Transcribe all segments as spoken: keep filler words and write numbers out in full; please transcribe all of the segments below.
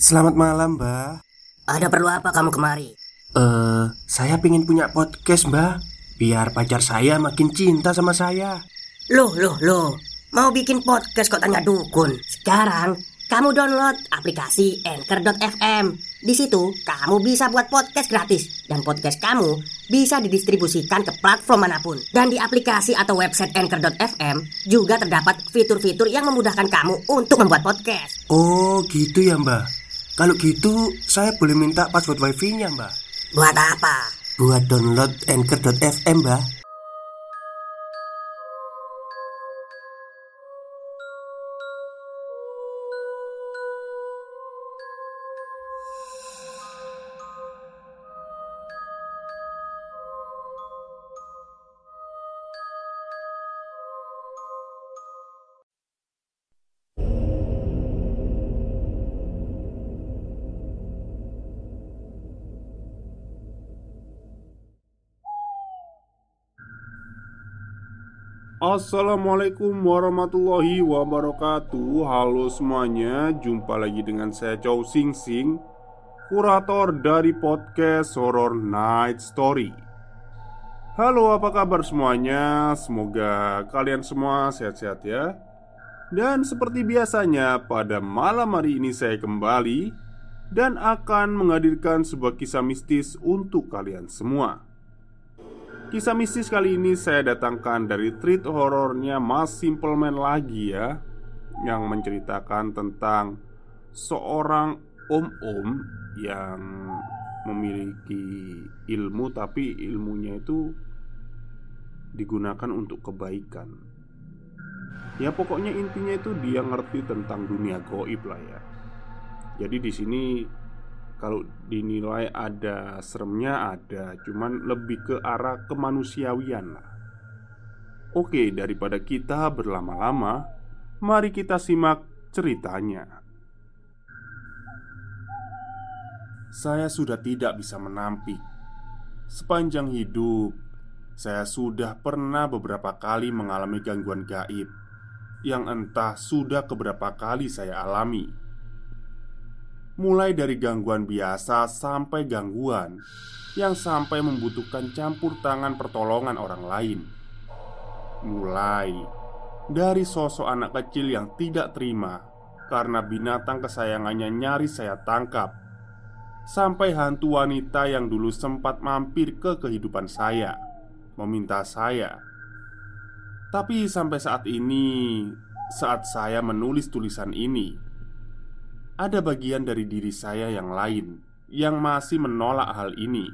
Selamat malam, Mbak. Ada perlu apa kamu kemari? Eh, uh, saya pengen punya podcast, Mbak. Biar pacar saya makin cinta sama saya. Loh, loh, loh. Mau bikin podcast kok tanya dukun? Sekarang kamu download aplikasi Anchor dot f m. Di situ kamu bisa buat podcast gratis dan podcast kamu bisa didistribusikan ke platform manapun. Dan di aplikasi atau website Anchor dot f m juga terdapat fitur-fitur yang memudahkan kamu untuk membuat podcast. Oh, gitu ya, Mbak. Kalau gitu, saya boleh minta password wifi-nya, Mbak. Buat apa? Buat download Anchor dot f m, Mbak. Assalamualaikum warahmatullahi wabarakatuh. Halo semuanya, jumpa lagi dengan saya Chow Sing Sing, kurator dari podcast Horror Night Story. Halo, apa kabar semuanya? Semoga kalian semua sehat-sehat ya. Dan seperti biasanya, pada malam hari ini saya kembali dan akan menghadirkan sebuah kisah mistis untuk kalian semua. Kisah mistis kali ini saya datangkan dari thread horornya Mas Simple Man lagi ya, yang menceritakan tentang seorang om-om yang memiliki ilmu, tapi ilmunya itu digunakan untuk kebaikan. Ya pokoknya intinya itu dia ngerti tentang dunia gaib lah ya. Jadi di sini kalau dinilai ada seremnya ada, cuman lebih ke arah kemanusiawian lah. Oke, daripada kita berlama-lama, mari kita simak ceritanya. Saya sudah tidak bisa menampik. Sepanjang hidup, saya sudah pernah beberapa kali mengalami gangguan gaib yang entah sudah keberapa kali saya alami. Mulai dari gangguan biasa sampai gangguan yang sampai membutuhkan campur tangan pertolongan orang lain. Mulai dari sosok anak kecil yang tidak terima karena binatang kesayangannya nyaris saya tangkap, sampai hantu wanita yang dulu sempat mampir ke kehidupan saya, meminta saya. Tapi sampai saat ini, saat saya menulis tulisan ini, ada bagian dari diri saya yang lain yang masih menolak hal ini.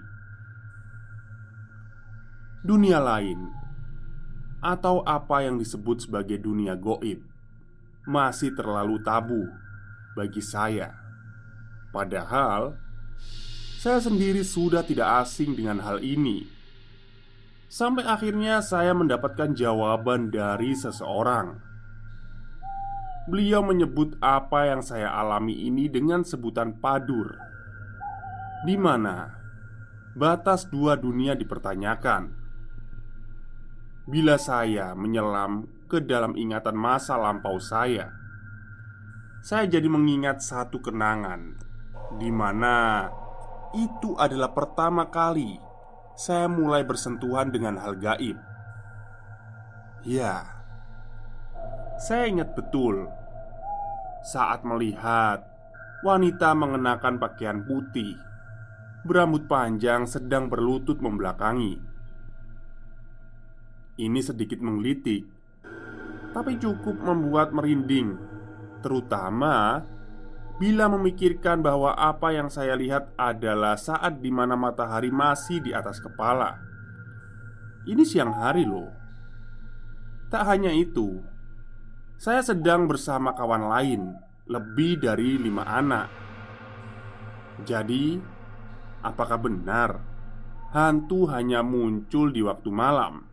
Dunia lain, atau apa yang disebut sebagai dunia gaib, masih terlalu tabu bagi saya. Padahal saya sendiri sudah tidak asing dengan hal ini. Sampai akhirnya saya mendapatkan jawaban dari seseorang. Beliau menyebut apa yang saya alami ini dengan sebutan padur, di mana batas dua dunia dipertanyakan. Bila saya menyelam ke dalam ingatan masa lampau saya, saya jadi mengingat satu kenangan, di mana itu adalah pertama kali saya mulai bersentuhan dengan hal gaib. Ya, saya ingat betul saat melihat wanita mengenakan pakaian putih, berambut panjang sedang berlutut membelakangi. Ini sedikit menggelitik, tapi cukup membuat merinding, terutama bila memikirkan bahwa apa yang saya lihat adalah saat dimana matahari masih di atas kepala. Ini siang hari loh. Tak hanya itu, saya sedang bersama kawan lain, lebih dari lima anak. Jadi, apakah benar hantu hanya muncul di waktu malam?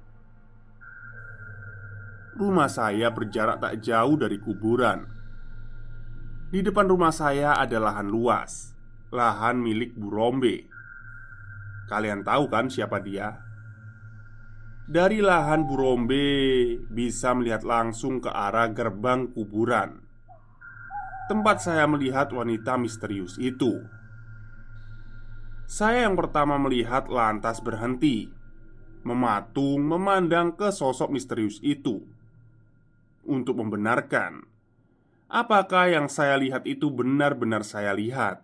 Rumah saya berjarak tak jauh dari kuburan. Di depan rumah saya ada lahan luas, lahan milik Bu Rombe. Kalian tahu kan siapa dia? Dari lahan Bu Rombe bisa melihat langsung ke arah gerbang kuburan. tempat saya melihat wanita misterius itu. Saya yang pertama melihat lantas berhenti, mematung memandang ke sosok misterius itu untuk membenarkan apakah yang saya lihat itu benar-benar saya lihat.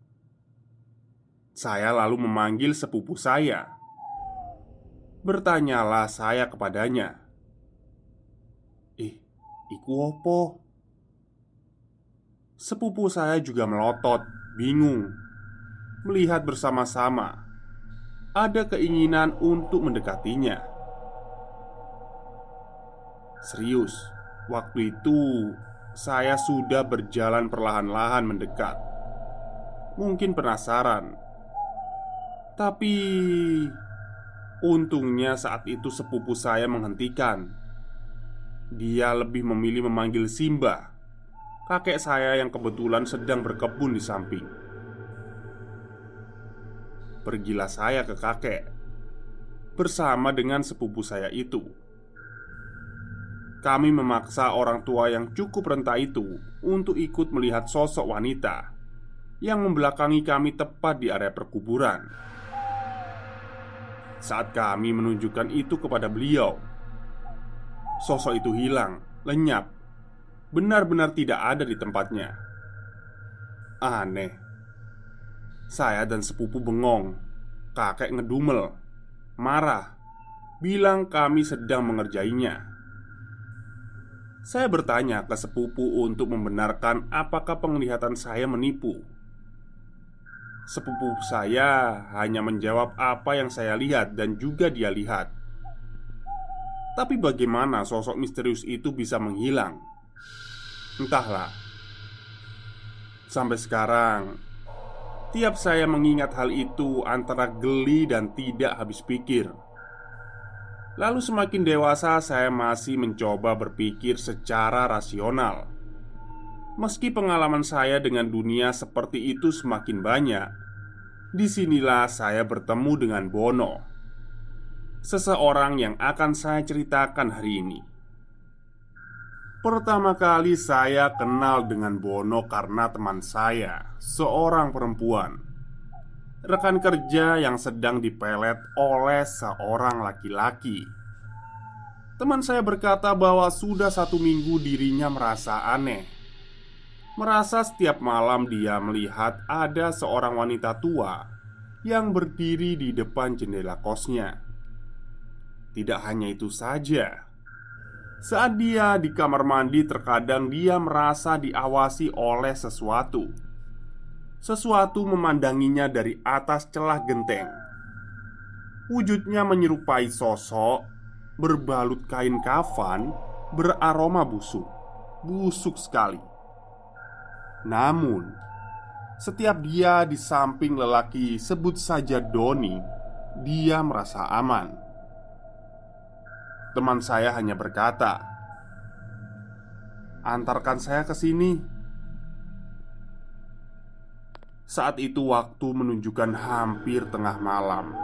Saya lalu memanggil sepupu saya. Bertanyalah saya kepadanya, "Eh, iku opo?" Sepupu saya juga melotot, bingung, melihat bersama-sama ada keinginan untuk mendekatinya. Serius, waktu itu saya sudah berjalan perlahan-lahan mendekat. Mungkin penasaran, tapi untungnya saat itu sepupu saya menghentikan. Dia lebih memilih memanggil Simba, kakek saya yang kebetulan sedang berkebun di samping. Pergilah saya ke kakek bersama dengan sepupu saya itu. Kami memaksa orang tua yang cukup renta itu untuk ikut melihat sosok wanita yang membelakangi kami tepat di area perkuburan. Saat kami menunjukkan itu kepada beliau, sosok itu hilang, lenyap, benar-benar tidak ada di tempatnya. Aneh. Saya dan sepupu bengong. Kakek ngedumel, marah, bilang kami sedang mengerjainya. Saya bertanya ke sepupu untuk membenarkan apakah penglihatan saya menipu. Sepupu saya hanya menjawab apa yang saya lihat dan juga dia lihat. Tapi bagaimana sosok misterius itu bisa menghilang? Entahlah. Sampai sekarang, tiap saya mengingat hal itu antara geli dan tidak habis pikir. Lalu semakin dewasa saya masih mencoba berpikir secara rasional. Meski pengalaman saya dengan dunia seperti itu semakin banyak, disinilah saya bertemu dengan Bono, seseorang yang akan saya ceritakan hari ini. Pertama kali saya kenal dengan Bono karena teman saya, seorang perempuan, rekan kerja yang sedang dipelet oleh seorang laki-laki. Teman saya berkata bahwa sudah satu minggu dirinya merasa aneh. Merasa setiap malam dia melihat ada seorang wanita tua yang berdiri di depan jendela kosnya. Tidak hanya itu saja, saat dia di kamar mandi terkadang dia merasa diawasi oleh sesuatu. Sesuatu memandanginya dari atas celah genteng. Wujudnya menyerupai sosok berbalut kain kafan beraroma busuk. Busuk sekali. Namun, setiap dia di samping lelaki sebut saja Doni, dia merasa aman. Teman saya hanya berkata, "Antarkan saya ke sini." Saat itu waktu menunjukkan hampir tengah malam.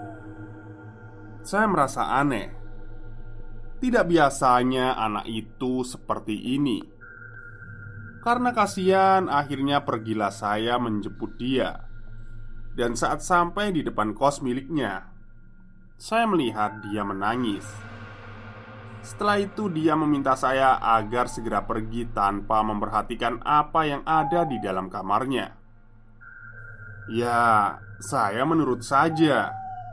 Saya merasa aneh. Tidak biasanya anak itu seperti ini. Karena kasihan, akhirnya pergilah saya menjemput dia. Dan saat sampai di depan kos miliknya, saya melihat dia menangis. Setelah itu dia meminta saya agar segera pergi tanpa memperhatikan apa yang ada di dalam kamarnya. Ya, saya menurut saja.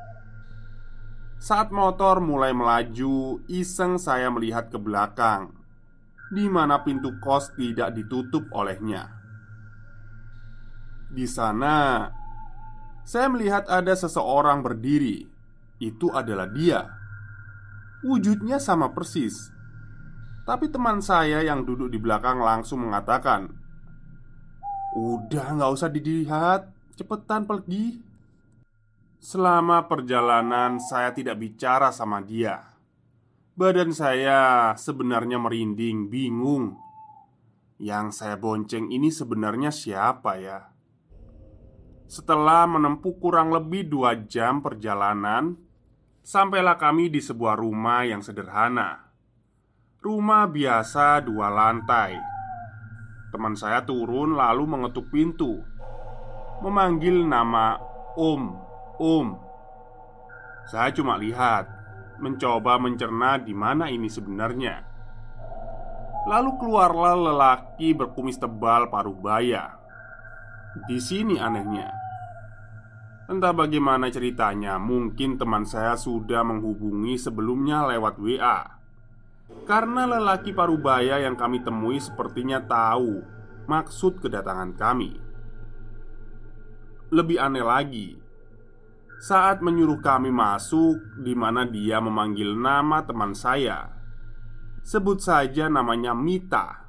Saat motor mulai melaju, iseng saya melihat ke belakang, di mana pintu kos tidak ditutup olehnya. Di sana, saya melihat ada seseorang berdiri. Itu adalah dia. Wujudnya sama persis. Tapi teman saya yang duduk di belakang langsung mengatakan, "Udah, nggak usah dilihat, cepetan pergi." Selama perjalanan saya tidak bicara sama dia. Badan saya sebenarnya merinding, bingung. Yang saya bonceng ini sebenarnya siapa ya? Setelah menempuh kurang lebih dua jam perjalanan, sampailah kami di sebuah rumah yang sederhana. Rumah biasa dua lantai. teman saya turun lalu mengetuk pintu, memanggil nama Om, Om. Saya cuma lihat, mencoba mencerna di mana ini sebenarnya. Lalu keluarlah lelaki berkumis tebal paruh baya. Di sini anehnya. Entah bagaimana ceritanya, mungkin teman saya sudah menghubungi sebelumnya lewat W A. Karena lelaki parubaya yang kami temui sepertinya tahu maksud kedatangan kami. Lebih aneh lagi, saat menyuruh kami masuk, di mana dia memanggil nama teman saya. Sebut saja namanya Mita.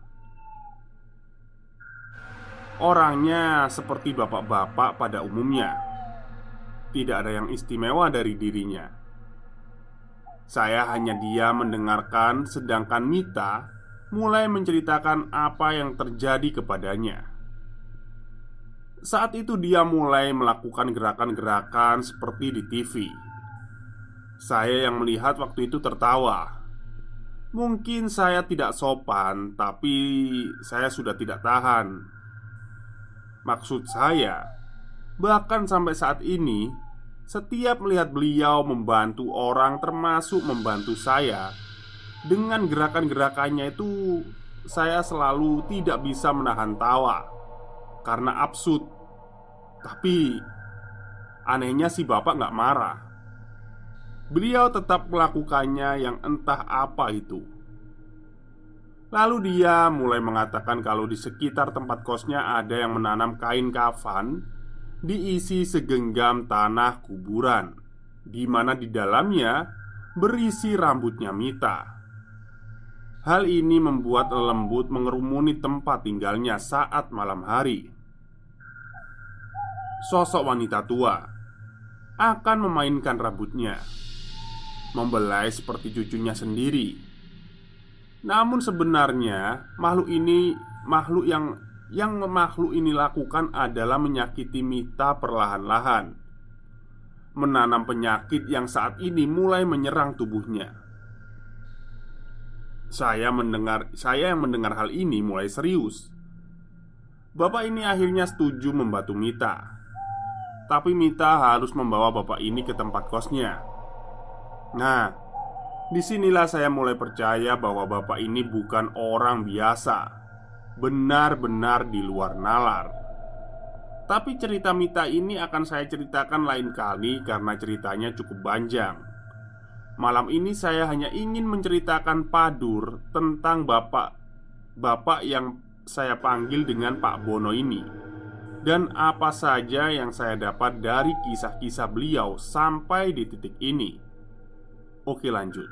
Orangnya seperti bapak-bapak pada umumnya. Tidak ada yang istimewa dari dirinya. Saya hanya diam mendengarkan, sedangkan Mita mulai menceritakan apa yang terjadi kepadanya. Saat itu dia mulai melakukan gerakan-gerakan seperti di T V. Saya yang melihat waktu itu tertawa. Mungkin saya tidak sopan, tapi saya sudah tidak tahan. Maksud saya, bahkan sampai saat ini, setiap melihat beliau membantu orang, termasuk membantu saya, dengan gerakan-gerakannya itu, saya selalu tidak bisa menahan tawa karena absurd. Tapi anehnya si bapak nggak marah. Beliau tetap melakukannya yang entah apa itu. Lalu dia mulai mengatakan kalau di sekitar tempat kosnya ada yang menanam kain kafan diisi segenggam tanah kuburan, di mana di dalamnya berisi rambutnya Mita. Hal ini membuat lembut mengerumuni tempat tinggalnya saat malam hari. Sosok wanita tua akan memainkan rambutnya, membelai seperti cucunya sendiri. Namun sebenarnya makhluk ini makhluk yang Yang makhluk ini lakukan adalah menyakiti Mita perlahan-lahan, menanam penyakit yang saat ini mulai menyerang tubuhnya. Saya mendengar Saya yang mendengar hal ini mulai serius. Bapak ini akhirnya setuju membantu Mita. Tapi Mita harus membawa bapak ini ke tempat kosnya. Nah, disinilah saya mulai percaya bahwa bapak ini bukan orang biasa, benar-benar di luar nalar. Tapi cerita Mita ini akan saya ceritakan lain kali karena ceritanya cukup panjang. Malam ini saya hanya ingin menceritakan padur tentang bapak Bapak yang saya panggil dengan Pak Bono ini, dan apa saja yang saya dapat dari kisah-kisah beliau sampai di titik ini. Oke, lanjut.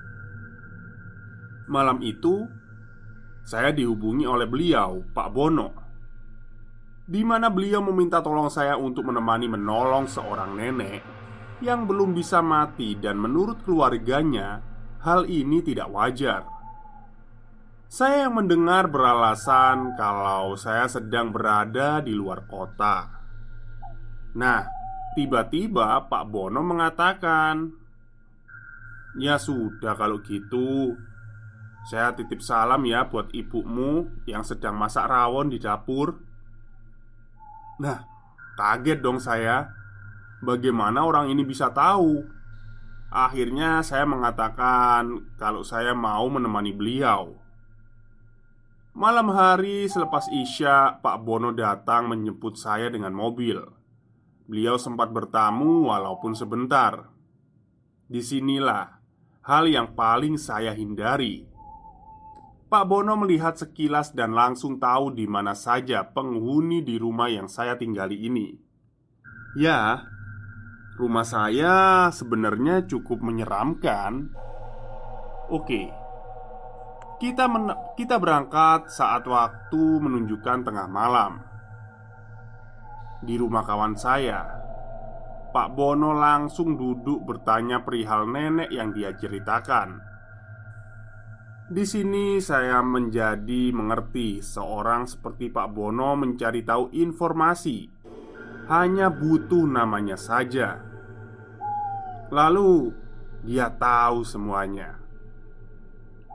Malam itu saya dihubungi oleh beliau, Pak Bono, di mana beliau meminta tolong saya untuk menemani menolong seorang nenek yang belum bisa mati, dan menurut keluarganya hal ini tidak wajar. Saya yang mendengar beralasan kalau saya sedang berada di luar kota. Nah, tiba-tiba Pak Bono mengatakan, "Ya sudah kalau gitu, saya titip salam ya buat ibumu yang sedang masak rawon di dapur." Nah, kaget dong saya. Bagaimana orang ini bisa tahu? Akhirnya saya mengatakan kalau saya mau menemani beliau. Malam hari selepas Isya, Pak Bono datang menjemput saya dengan mobil. Beliau sempat bertamu walaupun sebentar. Disinilah hal yang paling saya hindari. Pak Bono melihat sekilas dan langsung tahu di mana saja penghuni di rumah yang saya tinggali ini. Ya, rumah saya sebenarnya cukup menyeramkan. Oke, kita men- kita berangkat saat waktu menunjukkan tengah malam. Di rumah kawan saya, Pak Bono langsung duduk bertanya perihal nenek yang dia ceritakan. Di sini saya menjadi mengerti seorang seperti Pak Bono mencari tahu informasi hanya butuh namanya saja. Lalu dia tahu semuanya.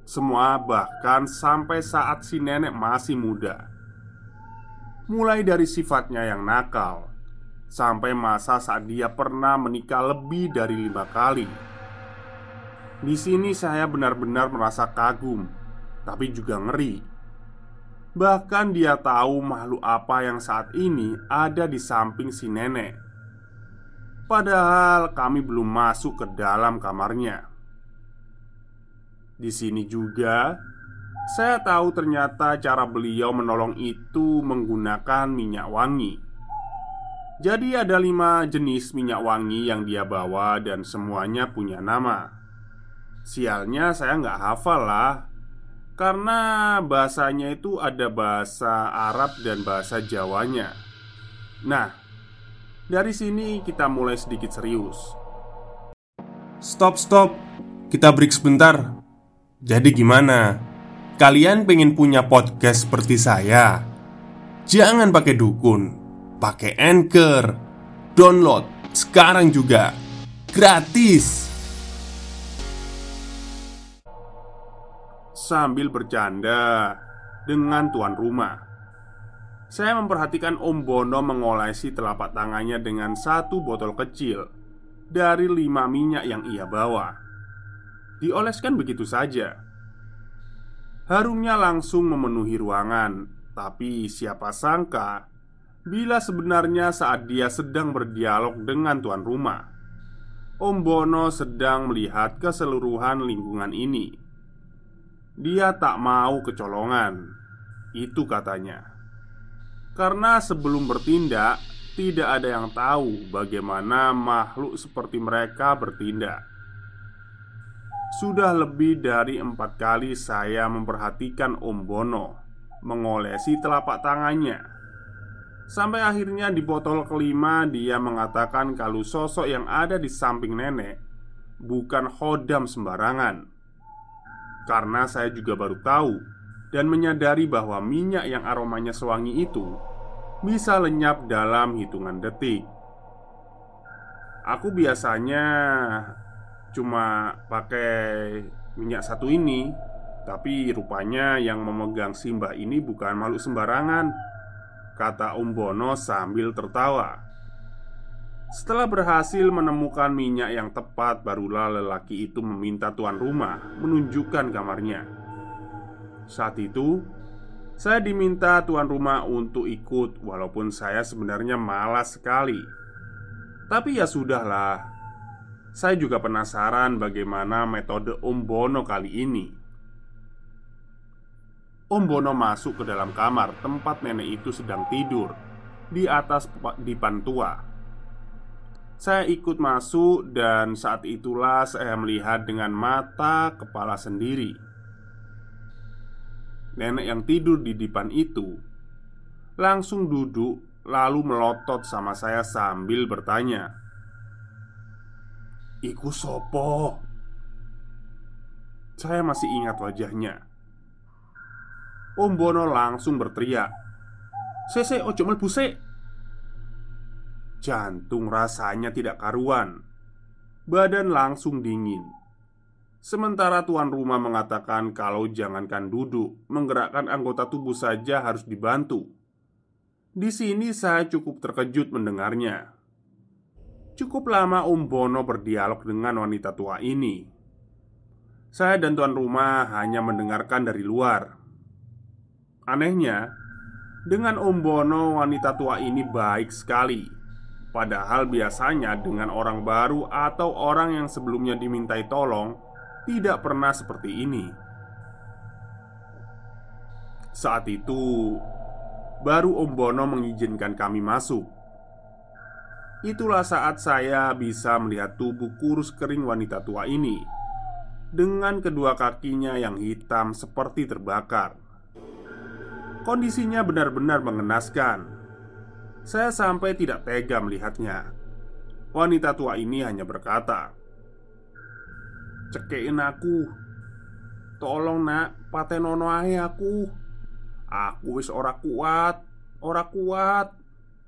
semua, bahkan sampai saat si nenek masih muda. Mulai dari sifatnya yang nakal, sampai masa saat dia pernah menikah lebih dari lima kali. Di sini saya benar-benar merasa kagum, tapi juga ngeri. Bahkan dia tahu makhluk apa yang saat ini ada di samping si nenek. Padahal kami belum masuk ke dalam kamarnya. Di sini juga saya tahu ternyata cara beliau menolong itu menggunakan minyak wangi. Jadi ada lima jenis minyak wangi yang dia bawa dan semuanya punya nama. Sialnya saya nggak hafal lah, karena bahasanya itu ada bahasa Arab dan bahasa Jawanya. Nah, dari sini kita mulai sedikit serius. Stop, stop. Kita break sebentar. Jadi gimana? Kalian pengen punya podcast seperti saya? Jangan pakai dukun, pakai Anchor. Download sekarang juga. Gratis. Sambil bercanda dengan tuan rumah, saya memperhatikan Om Bono mengolesi telapak tangannya dengan satu botol kecil dari lima minyak yang ia bawa. Dioleskan begitu saja. Harumnya langsung memenuhi ruangan. Tapi siapa sangka, bila sebenarnya saat dia sedang berdialog dengan tuan rumah, Om Bono sedang melihat keseluruhan lingkungan ini. Dia tak mau kecolongan, itu katanya. Karena sebelum bertindak, tidak ada yang tahu bagaimana makhluk seperti mereka bertindak. Sudah lebih dari empat kali saya memperhatikan Om Bono mengolesi telapak tangannya. Sampai akhirnya di botol kelima dia mengatakan kalau sosok yang ada di samping nenek bukan khodam sembarangan. Karena saya juga baru tahu dan menyadari bahwa minyak yang aromanya sewangi itu bisa lenyap dalam hitungan detik. Aku biasanya cuma pakai minyak satu ini, tapi rupanya yang memegang simbah ini bukan makhluk sembarangan, kata Om Bono sambil tertawa. Setelah berhasil menemukan minyak yang tepat, barulah lelaki itu meminta tuan rumah menunjukkan kamarnya. Saat itu, saya diminta tuan rumah untuk ikut, walaupun saya sebenarnya malas sekali. Tapi ya sudahlah. Saya juga penasaran bagaimana metode Om Bono kali ini. Om Bono masuk ke dalam kamar tempat nenek itu sedang tidur di atas dipan tua. Saya ikut masuk dan saat itulah saya melihat dengan mata kepala sendiri. Nenek yang tidur di dipan itu langsung duduk lalu melotot sama saya sambil bertanya, "Iku sopo?" Saya masih ingat wajahnya. Om Bono langsung berteriak, "Sese, ojo mlebu sik." Jantung rasanya tidak karuan. Badan langsung dingin. Sementara tuan rumah mengatakan kalau jangankan duduk, menggerakkan anggota tubuh saja harus dibantu. Di sini saya cukup terkejut mendengarnya. Cukup lama Om Bono berdialog dengan wanita tua ini. Saya dan tuan rumah hanya mendengarkan dari luar. Anehnya, dengan Om Bono wanita tua ini baik sekali. Padahal biasanya dengan orang baru atau orang yang sebelumnya dimintai tolong tidak pernah seperti ini. Saat itu baru Om Bono mengizinkan kami masuk. Itulah saat saya bisa melihat tubuh kurus kering wanita tua ini dengan kedua kakinya yang hitam seperti terbakar. Kondisinya benar-benar mengenaskan. Saya sampai tidak tega melihatnya. Wanita tua ini hanya berkata, "Cekein aku. Tolong nak, patenono ae aku. Aku wis ora kuat, ora kuat."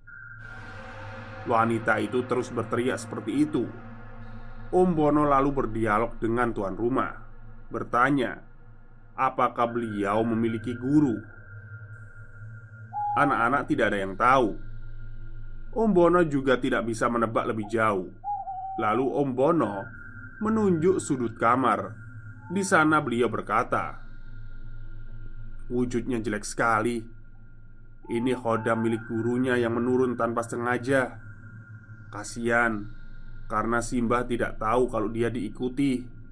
Wanita itu terus berteriak seperti itu. Om Bono lalu berdialog dengan tuan rumah, bertanya, apakah beliau memiliki guru. Anak-anak tidak ada yang tahu. Om Bono juga tidak bisa menebak lebih jauh. Lalu Om Bono menunjuk sudut kamar. Di sana beliau berkata, "Wujudnya jelek sekali. Ini khodam milik gurunya yang menurun tanpa sengaja. Kasian, karena Simbah tidak tahu kalau dia diikuti."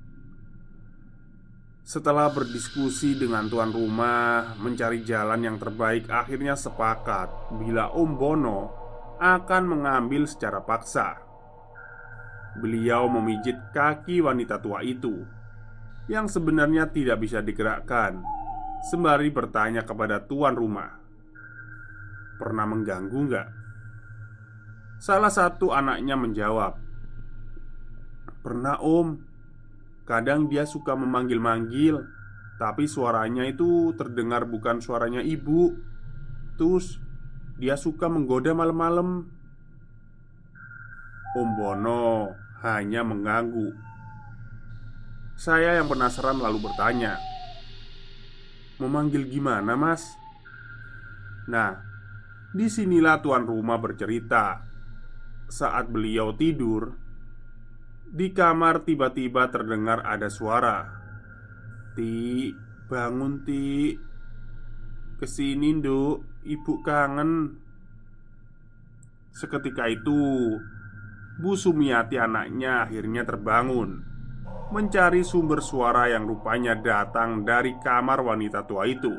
Setelah berdiskusi dengan tuan rumah mencari jalan yang terbaik, akhirnya sepakat bila Om Bono akan mengambil secara paksa. Beliau memijit kaki wanita tua itu yang sebenarnya tidak bisa digerakkan, sembari bertanya kepada tuan rumah, "Pernah mengganggu nggak?" Salah satu anaknya menjawab, "Pernah om. Kadang dia suka memanggil-manggil, tapi suaranya itu terdengar bukan suaranya ibu. Terus dia suka menggoda malam-malam." Om Bono hanya mengganggu. Saya yang penasaran lalu bertanya, "Memanggil gimana mas?" Nah, disinilah tuan rumah bercerita. Saat beliau tidur, di kamar tiba-tiba terdengar ada suara, "Ti, bangun Ti. Kesini nduk, ibu kangen." Seketika itu Bu Sumiati anaknya akhirnya terbangun, mencari sumber suara yang rupanya datang dari kamar wanita tua itu.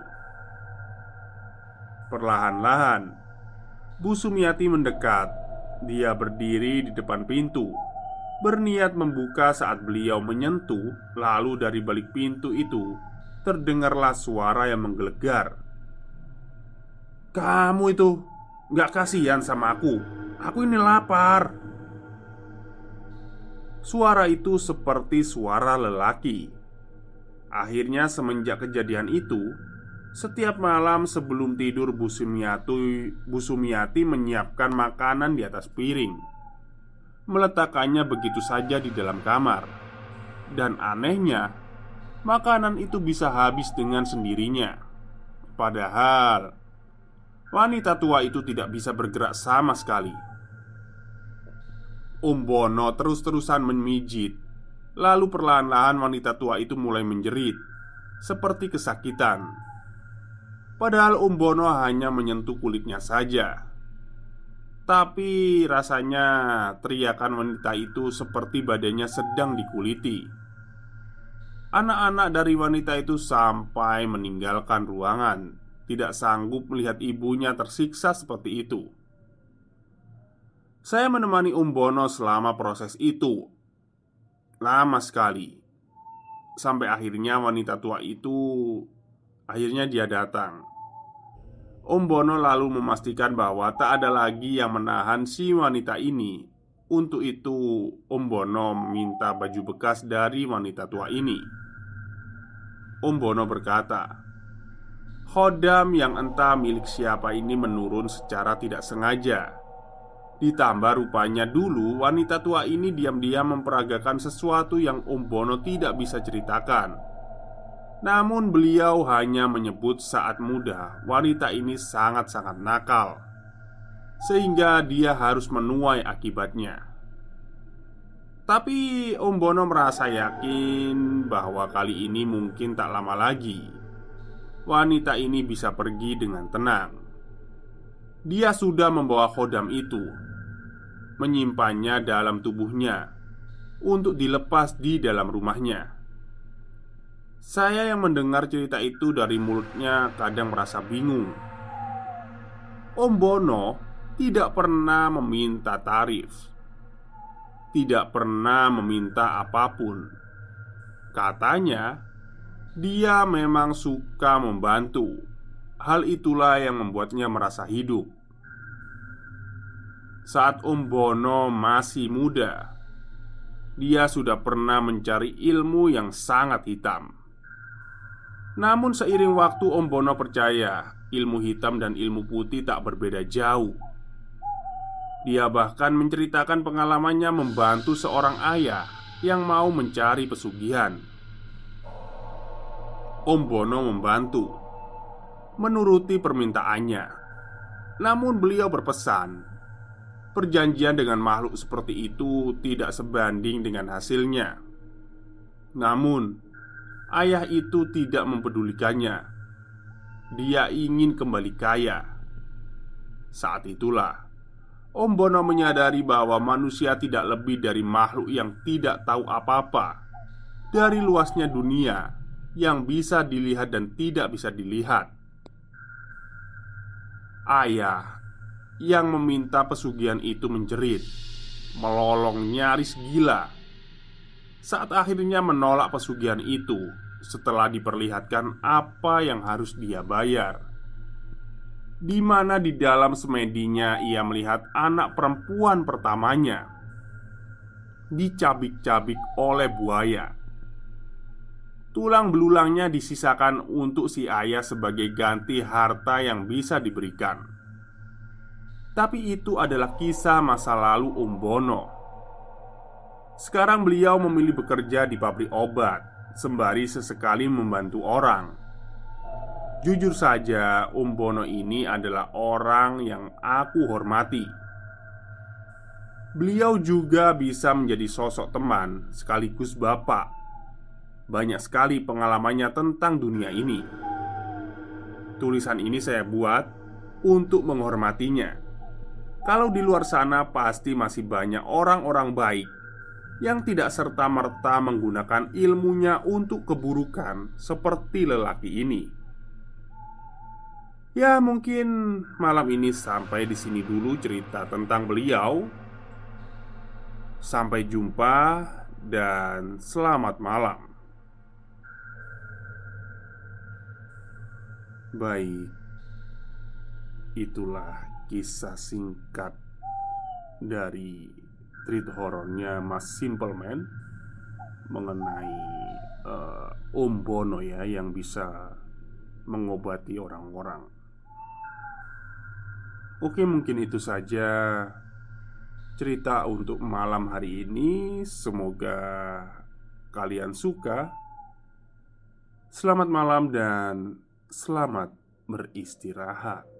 Perlahan-lahan Bu Sumiati mendekat. Dia berdiri di depan pintu, berniat membuka saat beliau menyentuh. Lalu dari balik pintu itu terdengarlah suara yang menggelegar, "Kamu itu gak kasihan sama aku? Aku ini lapar." Suara itu seperti suara lelaki. Akhirnya semenjak kejadian itu, setiap malam sebelum tidur Bu Sumiati, Bu Sumiati menyiapkan makanan di atas piring, meletakkannya begitu saja di dalam kamar. Dan anehnya, makanan itu bisa habis dengan sendirinya. Padahal wanita tua itu tidak bisa bergerak sama sekali. Om Bono terus-terusan memijit. Lalu perlahan-lahan wanita tua itu mulai menjerit, seperti kesakitan. Padahal Om Bono hanya menyentuh kulitnya saja. Tapi rasanya teriakan wanita itu seperti badannya sedang dikuliti. Anak-anak dari wanita itu sampai meninggalkan ruangan, tidak sanggup melihat ibunya tersiksa seperti itu. Saya menemani Om Bono selama proses itu. Lama sekali. Sampai akhirnya wanita tua itu Akhirnya dia datang. Om Bono lalu memastikan bahwa tak ada lagi yang menahan si wanita ini. Untuk itu Om Bono minta baju bekas dari wanita tua ini. Om Bono berkata, "Khodam yang entah milik siapa ini menurun secara tidak sengaja. Ditambah rupanya dulu wanita tua ini diam-diam memperagakan sesuatu yang Om Bono tidak bisa ceritakan. Namun beliau hanya menyebut saat muda wanita ini sangat-sangat nakal, sehingga dia harus menuai akibatnya. Tapi Om Bono merasa yakin bahwa kali ini mungkin tak lama lagi wanita ini bisa pergi dengan tenang. Dia sudah membawa khodam itu, menyimpannya dalam tubuhnya untuk dilepas di dalam rumahnya. Saya yang mendengar cerita itu dari mulutnya kadang merasa bingung. Om Bono tidak pernah meminta tarif, tidak pernah meminta apapun. Katanya, dia memang suka membantu. Hal itulah yang membuatnya merasa hidup. Saat Om Bono masih muda, dia sudah pernah mencari ilmu yang sangat hitam. Namun seiring waktu Om Bono percaya ilmu hitam dan ilmu putih tak berbeda jauh. Dia bahkan menceritakan pengalamannya membantu seorang ayah yang mau mencari pesugihan. Om Bono membantu, menuruti permintaannya. Namun beliau berpesan, perjanjian dengan makhluk seperti itu tidak sebanding dengan hasilnya. Namun, ayah itu tidak mempedulikannya. Dia ingin kembali kaya. Saat itulah Om Bono menyadari bahwa manusia tidak lebih dari makhluk yang tidak tahu apa-apa dari luasnya dunia yang bisa dilihat dan tidak bisa dilihat. Ayah yang meminta pesugihan itu menjerit, melolong nyaris gila saat akhirnya menolak pesugihan itu setelah diperlihatkan apa yang harus dia bayar. Di mana di dalam semedinya ia melihat anak perempuan pertamanya dicabik-cabik oleh buaya. Tulang belulangnya disisakan untuk si ayah sebagai ganti harta yang bisa diberikan. Tapi itu adalah kisah masa lalu Om Bono. Sekarang beliau memilih bekerja di pabrik obat, sembari sesekali membantu orang. Jujur saja, Om Bono ini adalah orang yang aku hormati. Beliau juga bisa menjadi sosok teman sekaligus bapak. Banyak sekali pengalamannya tentang dunia ini. Tulisan ini saya buat untuk menghormatinya. Kalau di luar sana pasti masih banyak orang-orang baik yang tidak serta-merta menggunakan ilmunya untuk keburukan seperti lelaki ini. Ya, mungkin malam ini sampai di sini dulu cerita tentang beliau. Sampai jumpa dan selamat malam. Baik, itulah kisah singkat dari treat horornya Mas Simpleman mengenai uh, Om Bono ya, yang bisa mengobati orang-orang. Oke, mungkin itu saja cerita untuk malam hari ini. Semoga kalian suka. Selamat malam dan selamat beristirahat.